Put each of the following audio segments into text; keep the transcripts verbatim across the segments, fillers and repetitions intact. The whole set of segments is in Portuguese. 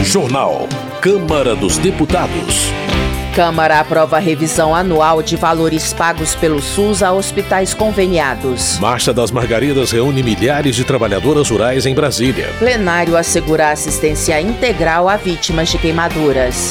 Jornal. Câmara dos Deputados. Câmara aprova a revisão anual de valores pagos pelo SUS a hospitais conveniados. Marcha das Margaridas reúne milhares de trabalhadoras rurais em Brasília. Plenário assegura assistência integral a vítimas de queimaduras.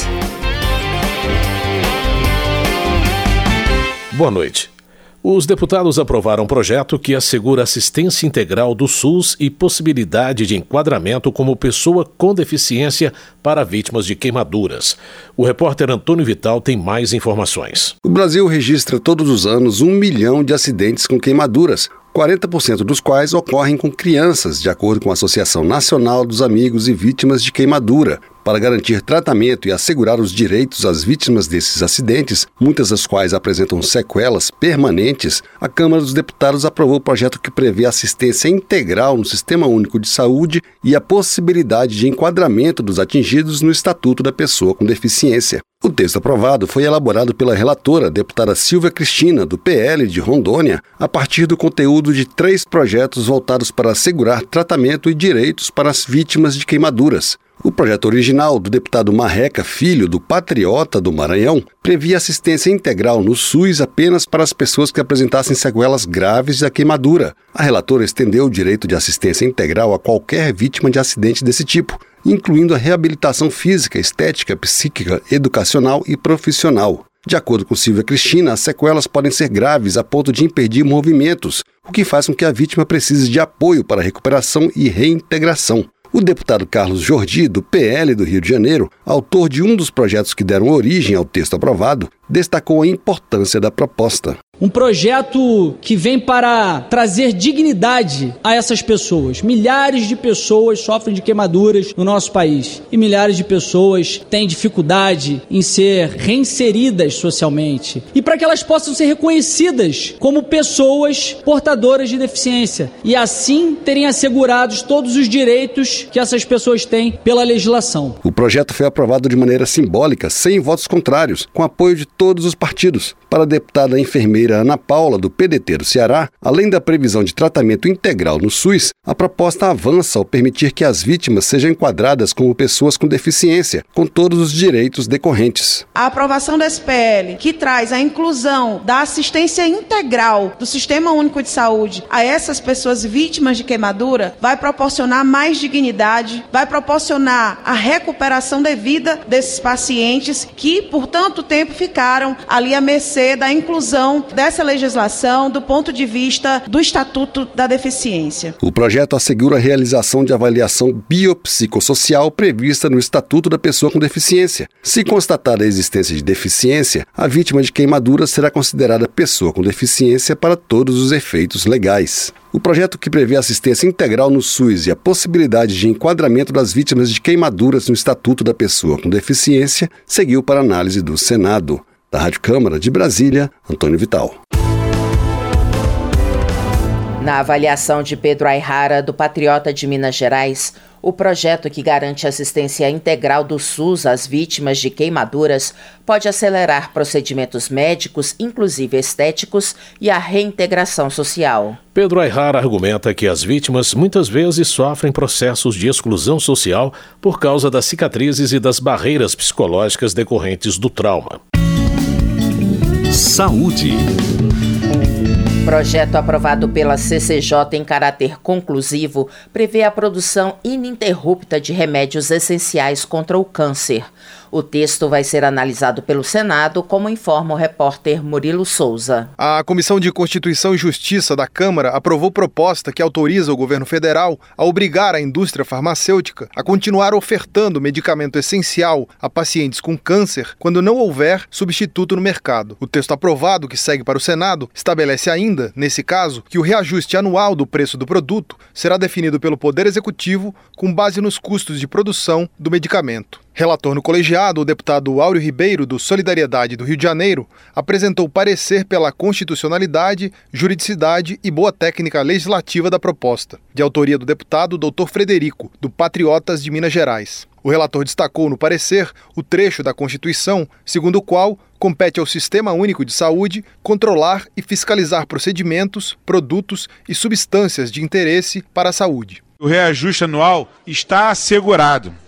Boa noite. Os deputados aprovaram um projeto que assegura assistência integral do SUS e possibilidade de enquadramento como pessoa com deficiência para vítimas de queimaduras. O repórter Antônio Vital tem mais informações. O Brasil registra todos os anos um milhão de acidentes com queimaduras, quarenta por cento dos quais ocorrem com crianças, de acordo com a Associação Nacional dos Amigos e Vítimas de Queimadura. Para garantir tratamento e assegurar os direitos às vítimas desses acidentes, muitas das quais apresentam sequelas permanentes, a Câmara dos Deputados aprovou o projeto que prevê assistência integral no Sistema Único de Saúde e a possibilidade de enquadramento dos atingidos no Estatuto da Pessoa com Deficiência. O texto aprovado foi elaborado pela relatora, deputada Silvia Cristina, do P L de Rondônia, a partir do conteúdo de três projetos voltados para assegurar tratamento e direitos para as vítimas de queimaduras. O projeto original, do deputado Marreca Filho, do Patriota do Maranhão, previa assistência integral no SUS apenas para as pessoas que apresentassem sequelas graves da queimadura. A relatora estendeu o direito de assistência integral a qualquer vítima de acidente desse tipo, incluindo a reabilitação física, estética, psíquica, educacional e profissional. De acordo com Silvia Cristina, as sequelas podem ser graves a ponto de impedir movimentos, o que faz com que a vítima precise de apoio para recuperação e reintegração. O deputado Carlos Jordi, do P L do Rio de Janeiro, autor de um dos projetos que deram origem ao texto aprovado, destacou a importância da proposta. Um projeto que vem para trazer dignidade a essas pessoas. Milhares de pessoas sofrem de queimaduras no nosso país e milhares de pessoas têm dificuldade em ser reinseridas socialmente. E para que elas possam ser reconhecidas como pessoas portadoras de deficiência e assim terem assegurados todos os direitos que essas pessoas têm pela legislação. O projeto foi aprovado de maneira simbólica, sem votos contrários, com apoio de todos os partidos. Para a deputada enfermeira Ana Paula, do P D T do Ceará, além da previsão de tratamento integral no SUS, a proposta avança ao permitir que as vítimas sejam enquadradas como pessoas com deficiência, com todos os direitos decorrentes. A aprovação desse P L, que traz a inclusão da assistência integral do Sistema Único de Saúde a essas pessoas vítimas de queimadura, vai proporcionar mais dignidade, vai proporcionar a recuperação devida desses pacientes que, por tanto tempo, ficaram ali à mercê da inclusão dessa legislação do ponto de vista do Estatuto da Deficiência. O projeto assegura a realização de avaliação biopsicossocial prevista no Estatuto da Pessoa com Deficiência. Se constatada a existência de deficiência, a vítima de queimadura será considerada pessoa com deficiência para todos os efeitos legais. O projeto, que prevê assistência integral no SUS e a possibilidade de enquadramento das vítimas de queimaduras no Estatuto da Pessoa com Deficiência, seguiu para análise do Senado. Da Rádio Câmara de Brasília, Antônio Vital. Na avaliação de Pedro Ayrara, do Patriota de Minas Gerais, o projeto que garante assistência integral do SUS às vítimas de queimaduras pode acelerar procedimentos médicos, inclusive estéticos, e a reintegração social. Pedro Ayrara argumenta que as vítimas muitas vezes sofrem processos de exclusão social por causa das cicatrizes e das barreiras psicológicas decorrentes do trauma. Saúde. Projeto aprovado pela C C J em caráter conclusivo prevê a produção ininterrupta de remédios essenciais contra o câncer. O texto vai ser analisado pelo Senado, como informa o repórter Murilo Souza. A Comissão de Constituição e Justiça da Câmara aprovou proposta que autoriza o governo federal a obrigar a indústria farmacêutica a continuar ofertando medicamento essencial a pacientes com câncer quando não houver substituto no mercado. O texto aprovado, que segue para o Senado, estabelece ainda, nesse caso, que o reajuste anual do preço do produto será definido pelo Poder Executivo com base nos custos de produção do medicamento. Relator no colegiado, o deputado Áureo Ribeiro, do Solidariedade do Rio de Janeiro, apresentou parecer pela constitucionalidade, juridicidade e boa técnica legislativa da proposta, de autoria do deputado doutor Frederico, do Patriotas de Minas Gerais. O relator destacou no parecer o trecho da Constituição, segundo o qual compete ao Sistema Único de Saúde controlar e fiscalizar procedimentos, produtos e substâncias de interesse para a saúde. O reajuste anual está assegurado.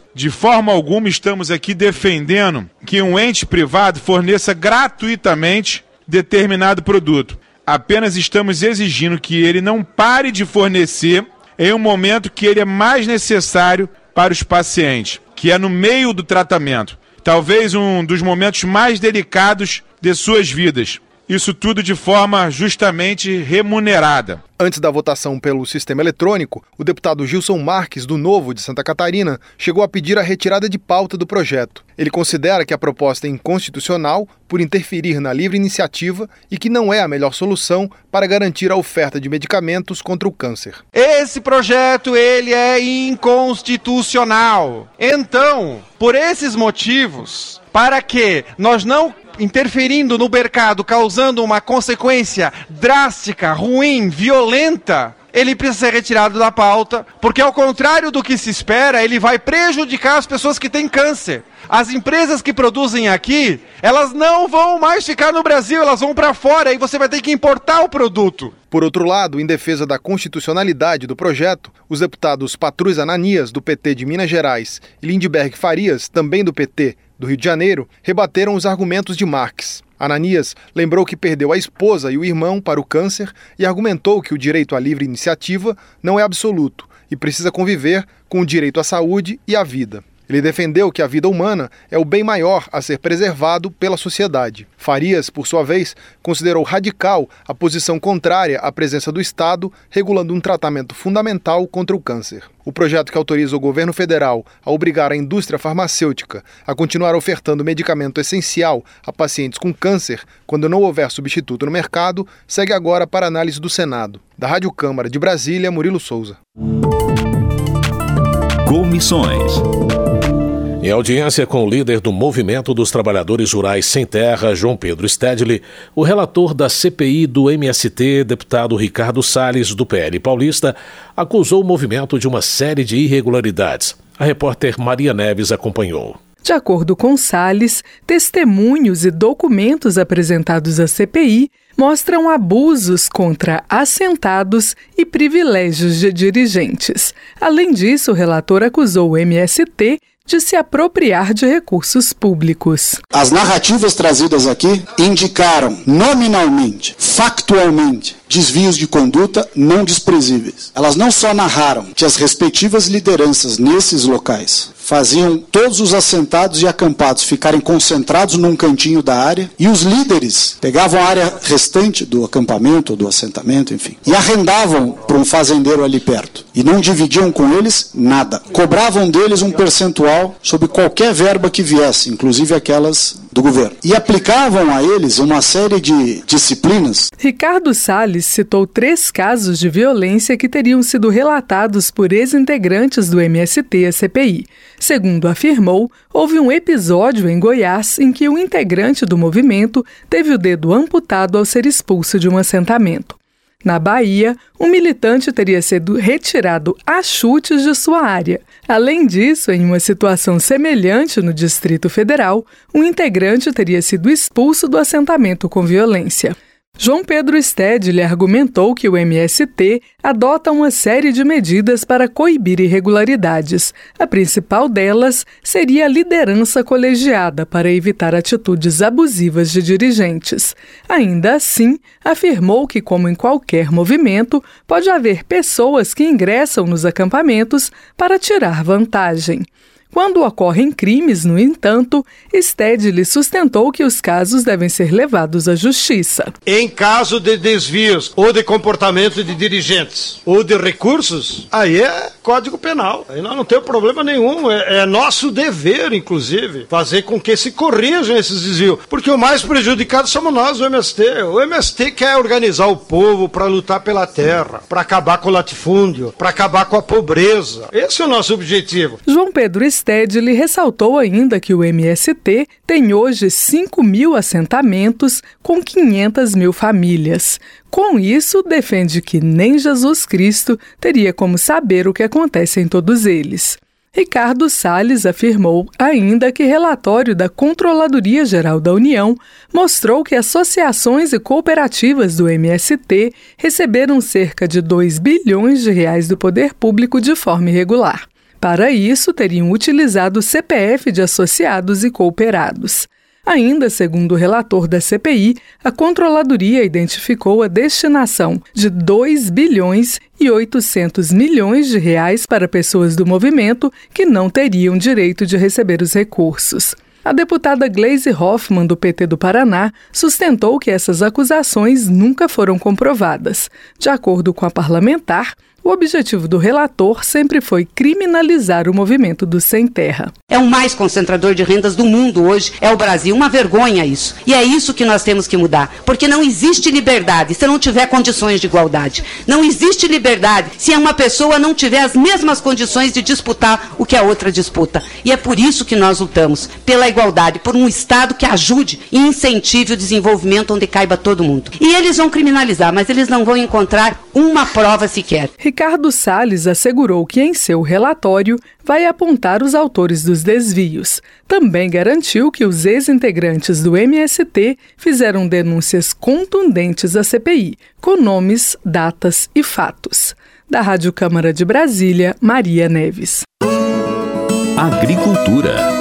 De forma alguma estamos aqui defendendo que um ente privado forneça gratuitamente determinado produto. Apenas estamos exigindo que ele não pare de fornecer em um momento que ele é mais necessário para os pacientes, que é no meio do tratamento. Talvez um dos momentos mais delicados de suas vidas. Isso tudo de forma justamente remunerada. Antes da votação pelo sistema eletrônico, o deputado Gilson Marques, do Novo de Santa Catarina, chegou a pedir a retirada de pauta do projeto. Ele considera que a proposta é inconstitucional por interferir na livre iniciativa e que não é a melhor solução para garantir a oferta de medicamentos contra o câncer. Esse projeto, ele é inconstitucional. Então, por esses motivos, para que nós não interferindo no mercado, causando uma consequência drástica, ruim, violenta, ele precisa ser retirado da pauta, porque ao contrário do que se espera, ele vai prejudicar as pessoas que têm câncer. As empresas que produzem aqui, elas não vão mais ficar no Brasil, elas vão para fora e você vai ter que importar o produto. Por outro lado, em defesa da constitucionalidade do projeto, os deputados Patrus Ananias, do P T de Minas Gerais, e Lindbergh Farias, também do P T do Rio de Janeiro, rebateram os argumentos de Marques. Ananias lembrou que perdeu a esposa e o irmão para o câncer e argumentou que o direito à livre iniciativa não é absoluto e precisa conviver com o direito à saúde e à vida. Ele defendeu que a vida humana é o bem maior a ser preservado pela sociedade. Farias, por sua vez, considerou radical a posição contrária à presença do Estado, regulando um tratamento fundamental contra o câncer. O projeto que autoriza o governo federal a obrigar a indústria farmacêutica a continuar ofertando medicamento essencial a pacientes com câncer quando não houver substituto no mercado, segue agora para análise do Senado. Da Rádio Câmara de Brasília, Murilo Souza. Comissões. Em audiência com o líder do Movimento dos Trabalhadores Rurais Sem Terra, João Pedro Stedley, o relator da C P I do M S T, deputado Ricardo Salles, do P L paulista, acusou o movimento de uma série de irregularidades. A repórter Maria Neves acompanhou. De acordo com Salles, testemunhos e documentos apresentados à C P I mostram abusos contra assentados e privilégios de dirigentes. Além disso, o relator acusou o M S T de se apropriar de recursos públicos. As narrativas trazidas aqui indicaram nominalmente, factualmente, desvios de conduta não desprezíveis. Elas não só narraram que as respectivas lideranças nesses locais faziam todos os assentados e acampados ficarem concentrados num cantinho da área e os líderes pegavam a área restante do acampamento, do assentamento, enfim, e arrendavam para um fazendeiro ali perto. E não dividiam com eles nada. Cobravam deles um percentual sobre qualquer verba que viesse, inclusive aquelas do governo. E aplicavam a eles uma série de disciplinas. Ricardo Salles citou três casos de violência que teriam sido relatados por ex-integrantes do M S T à C P I. Segundo afirmou, houve um episódio em Goiás em que um integrante do movimento teve o dedo amputado ao ser expulso de um assentamento. Na Bahia, um militante teria sido retirado a chutes de sua área. Além disso, em uma situação semelhante no Distrito Federal, um integrante teria sido expulso do assentamento com violência. João Pedro Stedley argumentou que o M S T adota uma série de medidas para coibir irregularidades. A principal delas seria a liderança colegiada para evitar atitudes abusivas de dirigentes. Ainda assim, afirmou que, como em qualquer movimento, pode haver pessoas que ingressam nos acampamentos para tirar vantagem. Quando ocorrem crimes, no entanto, Stedley sustentou que os casos devem ser levados à justiça. Em caso de desvios ou de comportamento de dirigentes ou de recursos, aí é Código Penal. Aí nós não temos problema nenhum. É, é nosso dever, inclusive, fazer com que se corrijam esses desvios. Porque o mais prejudicado somos nós, o M S T. O M S T quer organizar o povo para lutar pela terra, para acabar com o latifúndio, para acabar com a pobreza. Esse é o nosso objetivo. João Pedro Stedley ressaltou ainda que o M S T tem hoje cinco mil assentamentos com quinhentas mil famílias. Com isso, defende que nem Jesus Cristo teria como saber o que acontece em todos eles. Ricardo Salles afirmou ainda que relatório da Controladoria Geral da União mostrou que associações e cooperativas do M S T receberam cerca de dois bilhões de reais do poder público de forma irregular. Para isso, teriam utilizado o C P F de associados e cooperados. Ainda, segundo o relator da C P I, a Controladoria identificou a destinação de dois bilhões e oitocentos milhões de reais para pessoas do movimento que não teriam direito de receber os recursos. A deputada Gleisi Hoffmann, do P T do Paraná, sustentou que essas acusações nunca foram comprovadas. De acordo com a parlamentar, o objetivo do relator sempre foi criminalizar o movimento do Sem Terra. É o mais concentrador de rendas do mundo hoje, é o Brasil. Uma vergonha isso. E é isso que nós temos que mudar. Porque não existe liberdade se não tiver condições de igualdade. Não existe liberdade se uma pessoa não tiver as mesmas condições de disputar o que a outra disputa. E é por isso que nós lutamos, pela igualdade, por um Estado que ajude e incentive o desenvolvimento onde caiba todo mundo. E eles vão criminalizar, mas eles não vão encontrar uma prova sequer. Ricardo Salles assegurou que em seu relatório vai apontar os autores dos desvios. Também garantiu que os ex-integrantes do M S T fizeram denúncias contundentes à C P I, com nomes, datas e fatos. Da Rádio Câmara de Brasília, Maria Neves. Agricultura.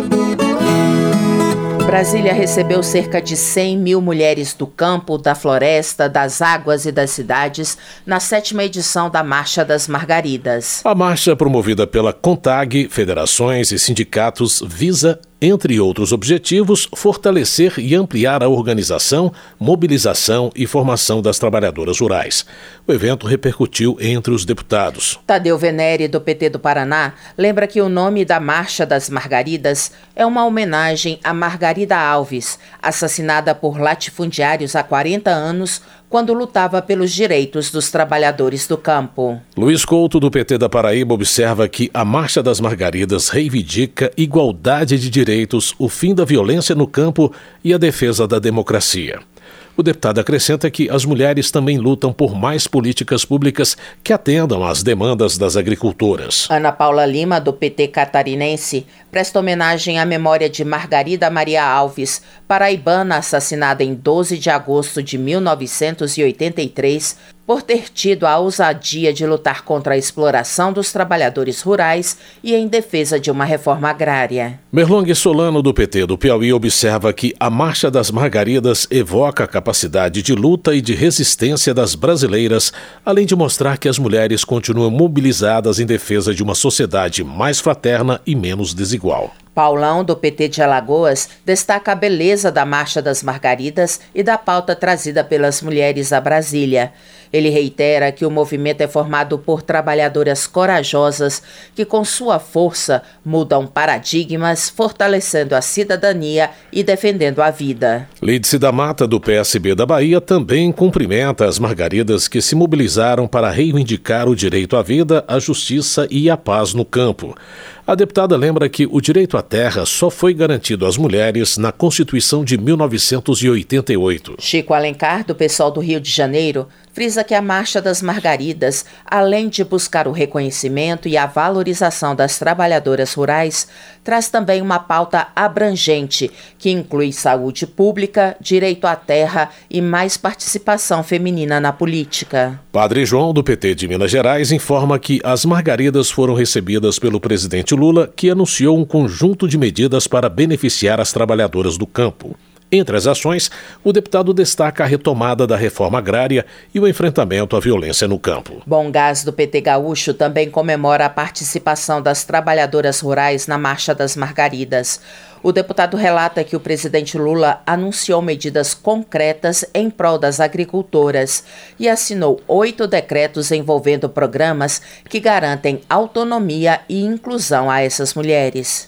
Brasília recebeu cerca de cem mil mulheres do campo, da floresta, das águas e das cidades na sétima edição da Marcha das Margaridas. A marcha, promovida pela CONTAG, federações e sindicatos, visa, entre outros objetivos, fortalecer e ampliar a organização, mobilização e formação das trabalhadoras rurais. O evento repercutiu entre os deputados. Tadeu Venere, do P T do Paraná, lembra que o nome da Marcha das Margaridas é uma homenagem a Margarida Alves, assassinada por latifundiários há quarenta anos, quando lutava pelos direitos dos trabalhadores do campo. Luiz Couto, do P T da Paraíba, observa que a Marcha das Margaridas reivindica igualdade de direitos, o fim da violência no campo e a defesa da democracia. O deputado acrescenta que as mulheres também lutam por mais políticas públicas que atendam às demandas das agricultoras. Ana Paula Lima, do P T catarinense, presta homenagem à memória de Margarida Maria Alves, paraibana assassinada em doze de agosto de mil novecentos e oitenta e três, por ter tido a ousadia de lutar contra a exploração dos trabalhadores rurais e em defesa de uma reforma agrária. Merlong Solano, do P T do Piauí, observa que a Marcha das Margaridas evoca a capacidade de luta e de resistência das brasileiras, além de mostrar que as mulheres continuam mobilizadas em defesa de uma sociedade mais fraterna e menos desigual. Paulão, do P T de Alagoas, destaca a beleza da Marcha das Margaridas e da pauta trazida pelas mulheres a Brasília. Ele reitera que o movimento é formado por trabalhadoras corajosas que, com sua força, mudam paradigmas, fortalecendo a cidadania e defendendo a vida. Lídice da Mata, do P S B da Bahia, também cumprimenta as Margaridas que se mobilizaram para reivindicar o direito à vida, à justiça e à paz no campo. A deputada lembra que o direito à terra só foi garantido às mulheres na Constituição de mil novecentos e oitenta e oito. Chico Alencar, do PSOL do Rio de Janeiro, frisa que a Marcha das Margaridas, além de buscar o reconhecimento e a valorização das trabalhadoras rurais, traz também uma pauta abrangente, que inclui saúde pública, direito à terra e mais participação feminina na política. Padre João, do P T de Minas Gerais, informa que as Margaridas foram recebidas pelo presidente Lula, que anunciou um conjunto de medidas para beneficiar as trabalhadoras do campo. Entre as ações, o deputado destaca a retomada da reforma agrária e o enfrentamento à violência no campo. Bom Gás, do P T gaúcho, também comemora a participação das trabalhadoras rurais na Marcha das Margaridas. O deputado relata que o presidente Lula anunciou medidas concretas em prol das agricultoras e assinou oito decretos envolvendo programas que garantem autonomia e inclusão a essas mulheres.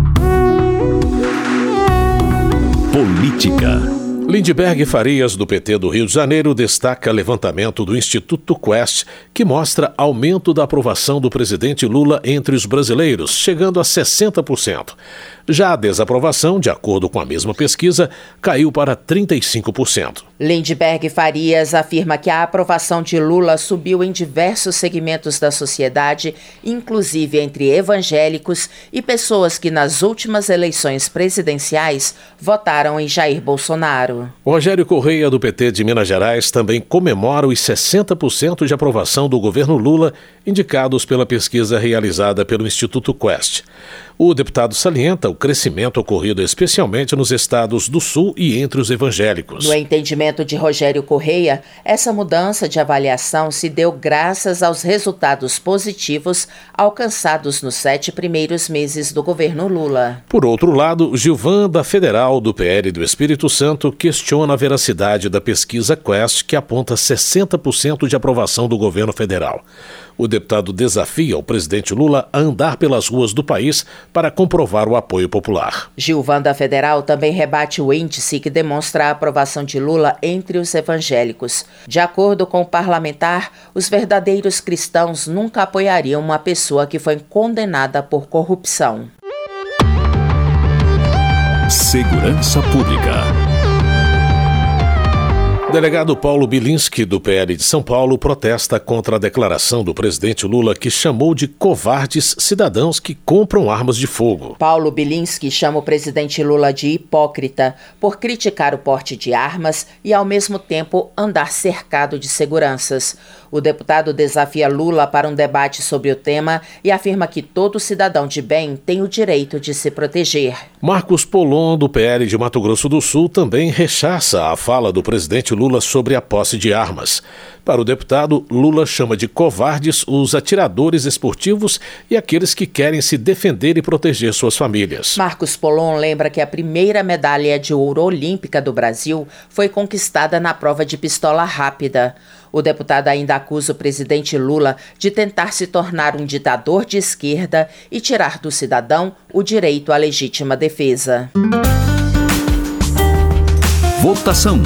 Política. Lindbergh Farias, do P T do Rio de Janeiro, destaca levantamento do Instituto Quest, que mostra aumento da aprovação do presidente Lula entre os brasileiros, chegando a sessenta por cento. Já a desaprovação, de acordo com a mesma pesquisa, caiu para trinta e cinco por cento. Lindbergh Farias afirma que a aprovação de Lula subiu em diversos segmentos da sociedade, inclusive entre evangélicos e pessoas que nas últimas eleições presidenciais votaram em Jair Bolsonaro. zero. Rogério Correia, do P T de Minas Gerais, também comemora os sessenta por cento de aprovação do governo Lula, indicados pela pesquisa realizada pelo Instituto Quest. O deputado salienta o crescimento ocorrido especialmente nos estados do Sul e entre os evangélicos. No entendimento de Rogério Correia, essa mudança de avaliação se deu graças aos resultados positivos alcançados nos sete primeiros meses do governo Lula. Por outro lado, Gilvan, da Federal do P L do Espírito Santo, questiona a veracidade da pesquisa Quest, que aponta sessenta por cento de aprovação do governo federal. O deputado desafia o presidente Lula a andar pelas ruas do país para comprovar o apoio popular. Gilvan, da Federal, também rebate o índice que demonstra a aprovação de Lula entre os evangélicos. De acordo com o parlamentar, os verdadeiros cristãos nunca apoiariam uma pessoa que foi condenada por corrupção. Segurança Pública. O delegado Paulo Bilinski, do P L de São Paulo, protesta contra a declaração do presidente Lula que chamou de covardes cidadãos que compram armas de fogo. Paulo Bilinski chama o presidente Lula de hipócrita por criticar o porte de armas e, ao mesmo tempo, andar cercado de seguranças. O deputado desafia Lula para um debate sobre o tema e afirma que todo cidadão de bem tem o direito de se proteger. Marcos Polon, do P L de Mato Grosso do Sul, também rechaça a fala do presidente Lula Lula sobre a posse de armas. Para o deputado, Lula chama de covardes os atiradores esportivos e aqueles que querem se defender e proteger suas famílias. Marcos Polon lembra que a primeira medalha de ouro olímpica do Brasil foi conquistada na prova de pistola rápida. O deputado ainda acusa o presidente Lula de tentar se tornar um ditador de esquerda e tirar do cidadão o direito à legítima defesa. Votação.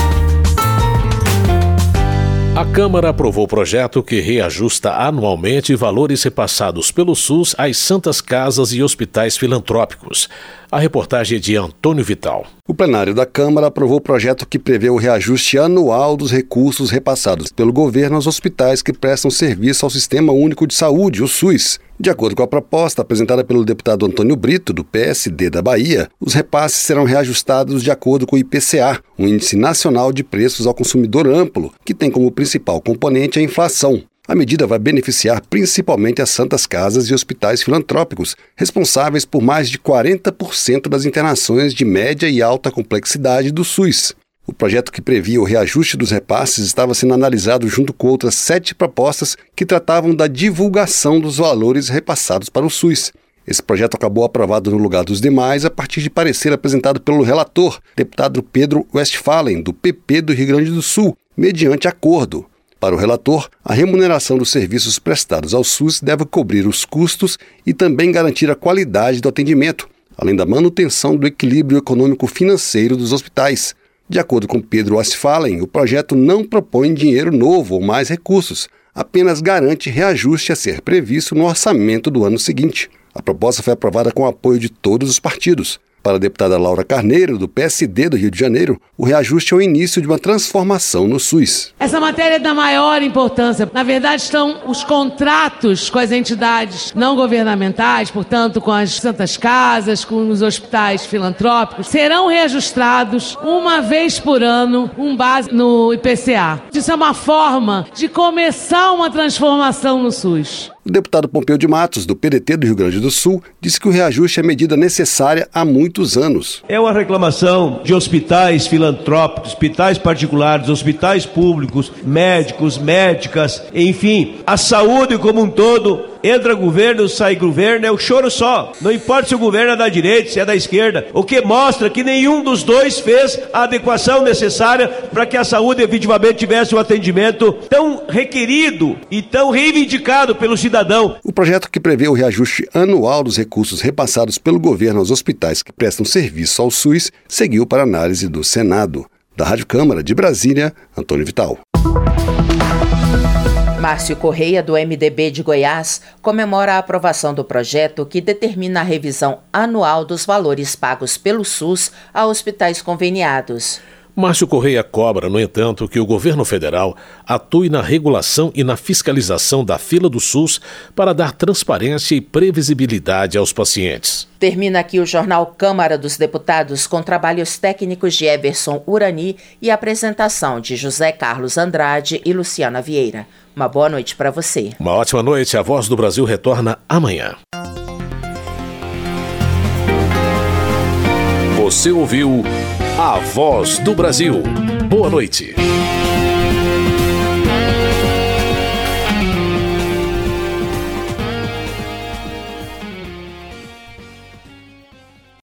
A Câmara aprovou o projeto que reajusta anualmente valores repassados pelo SUS às santas casas e hospitais filantrópicos. A reportagem é de Antônio Vital. O plenário da Câmara aprovou o projeto que prevê o reajuste anual dos recursos repassados pelo governo aos hospitais que prestam serviço ao Sistema Único de Saúde, o SUS. De acordo com a proposta apresentada pelo deputado Antônio Brito, do P S D da Bahia, os repasses serão reajustados de acordo com o I P C A, um Índice Nacional de Preços ao Consumidor Amplo, que tem como principal componente a inflação. A medida vai beneficiar principalmente as santas casas e hospitais filantrópicos, responsáveis por mais de quarenta por cento das internações de média e alta complexidade do SUS. O projeto que previa o reajuste dos repasses estava sendo analisado junto com outras sete propostas que tratavam da divulgação dos valores repassados para o SUS. Esse projeto acabou aprovado no lugar dos demais a partir de parecer apresentado pelo relator, deputado Pedro Westphalen, do P P do Rio Grande do Sul, mediante acordo. Para o relator, a remuneração dos serviços prestados ao SUS deve cobrir os custos e também garantir a qualidade do atendimento, além da manutenção do equilíbrio econômico-financeiro dos hospitais. De acordo com Pedro Westphalen, o projeto não propõe dinheiro novo ou mais recursos, apenas garante reajuste a ser previsto no orçamento do ano seguinte. A proposta foi aprovada com o apoio de todos os partidos. Para a deputada Laura Carneiro, do P S D do Rio de Janeiro, o reajuste é o início de uma transformação no SUS. Essa matéria é da maior importância. Na verdade, estão os contratos com as entidades não governamentais, portanto, com as santas casas, com os hospitais filantrópicos, serão reajustados uma vez por ano, com base no I P C A. Isso é uma forma de começar uma transformação no SUS. O deputado Pompeu de Matos, do P D T do Rio Grande do Sul, disse que o reajuste é medida necessária há muitos anos. É uma reclamação de hospitais filantrópicos, hospitais particulares, hospitais públicos, médicos, médicas, enfim, a saúde como um todo. Entra governo, sai governo, é o choro só. Não importa se o governo é da direita, se é da esquerda. O que mostra que nenhum dos dois fez a adequação necessária para que a saúde efetivamente tivesse um atendimento tão requerido e tão reivindicado pelo cidadão. O projeto que prevê o reajuste anual dos recursos repassados pelo governo aos hospitais que prestam serviço ao SUS seguiu para análise do Senado. Da Rádio Câmara de Brasília, Antônio Vital. Márcio Correia, do M D B de Goiás, comemora a aprovação do projeto que determina a revisão anual dos valores pagos pelo SUS a hospitais conveniados. Márcio Correia cobra, no entanto, que o governo federal atue na regulação e na fiscalização da fila do SUS para dar transparência e previsibilidade aos pacientes. Termina aqui o Jornal Câmara dos Deputados com trabalhos técnicos de Everson Urani e apresentação de José Carlos Andrade e Luciana Vieira. Uma boa noite para você. Uma ótima noite. A Voz do Brasil retorna amanhã. Você ouviu A Voz do Brasil. Boa noite.